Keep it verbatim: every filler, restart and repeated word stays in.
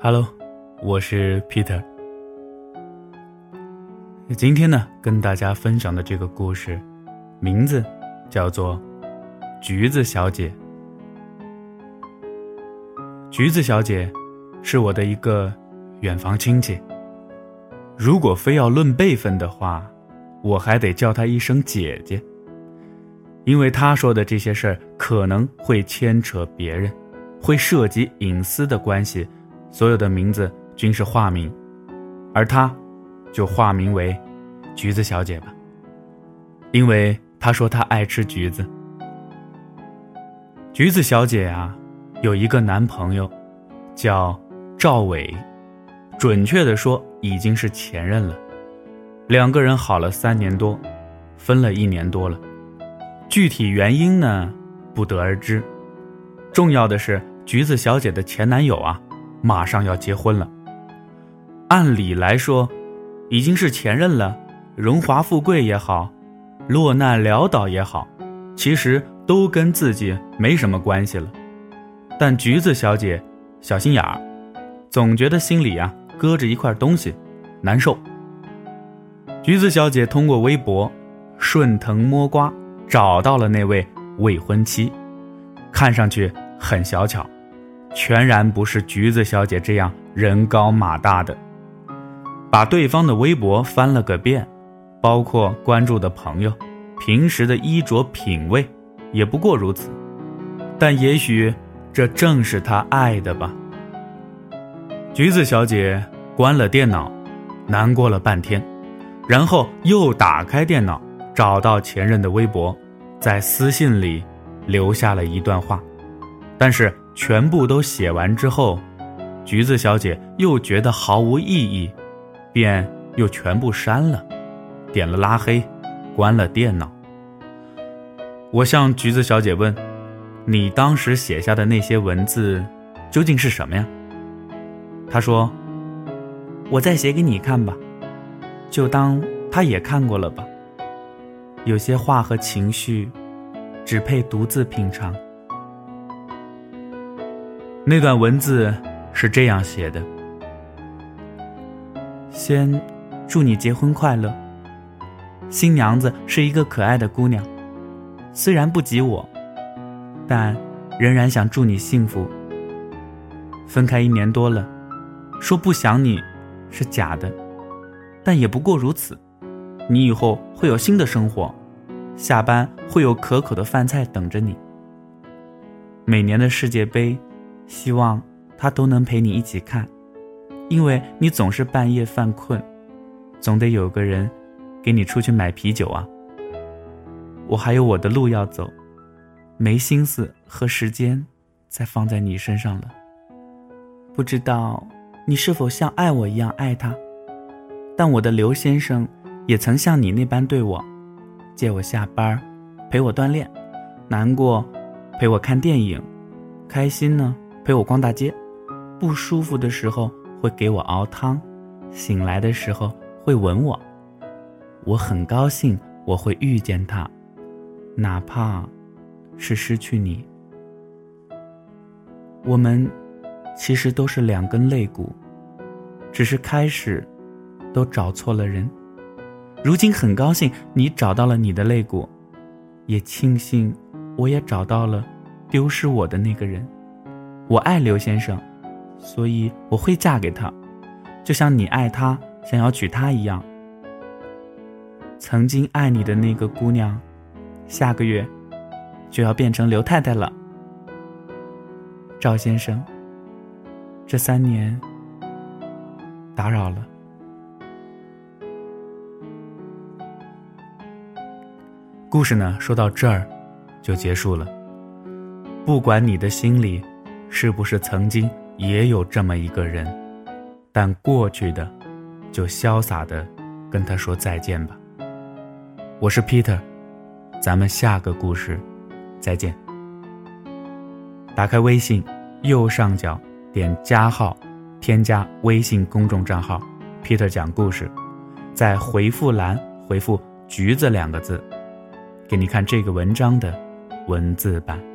Hello， 我是 Peter。今天呢，跟大家分享的这个故事，名字叫做《橘子小姐》。橘子小姐是我的一个远房亲戚，如果非要论辈分的话，我还得叫她一声姐姐，因为她说的这些事儿可能会牵扯别人，会涉及隐私的关系，所有的名字均是化名，而她就化名为橘子小姐吧，因为她说她爱吃橘子。橘子小姐啊，有一个男朋友叫赵伟，准确的说已经是前任了，两个人好了三年多，分了一年多了，具体原因呢不得而知。重要的是橘子小姐的前男友啊马上要结婚了，按理来说已经是前任了，荣华富贵也好，落难潦倒也好，其实都跟自己没什么关系了。但橘子小姐小心眼儿，总觉得心里啊搁着一块东西，难受。橘子小姐通过微博顺藤摸瓜找到了那位未婚妻，看上去很小巧，全然不是橘子小姐这样人高马大的。把对方的微博翻了个遍，包括关注的朋友，平时的衣着品味也不过如此，但也许这正是她爱的吧。橘子小姐关了电脑，难过了半天，然后又打开电脑，找到前任的微博，在私信里留下了一段话，但是全部都写完之后，橘子小姐又觉得毫无意义，便又全部删了，点了拉黑，关了电脑。我向橘子小姐问，你当时写下的那些文字究竟是什么呀？她说，我再写给你看吧，就当他也看过了吧，有些话和情绪只配独自品尝。那段文字是这样写的，先祝你结婚快乐，新娘子是一个可爱的姑娘，虽然不及我，但仍然想祝你幸福。分开一年多了，说不想你是假的，但也不过如此。你以后会有新的生活，下班会有可口的饭菜等着你。每年的世界杯，希望他都能陪你一起看，因为你总是半夜犯困，总得有个人给你出去买啤酒啊。我还有我的路要走，没心思和时间再放在你身上了。不知道你是否像爱我一样爱他，但我的刘先生也曾像你那般对我，接我下班，陪我锻炼，难过陪我看电影，开心呢陪我逛大街，不舒服的时候会给我熬汤，醒来的时候会吻我。我很高兴我会遇见他，哪怕是失去你。我们其实都是两根肋骨，只是开始都找错了人。如今很高兴你找到了你的肋骨，也庆幸我也找到了丢失我的那个人。我爱刘先生，所以我会嫁给他，就像你爱他，想要娶她一样。曾经爱你的那个姑娘，下个月就要变成刘太太了。赵先生，这三年打扰了。故事呢说到这儿就结束了。不管你的心里是不是曾经也有这么一个人，但过去的就潇洒地跟他说再见吧。我是 Peter， 咱们下个故事再见。打开微信右上角点加号，添加微信公众账号 Peter 讲故事，在回复栏回复橘子两个字，给你看这个文章的文字版。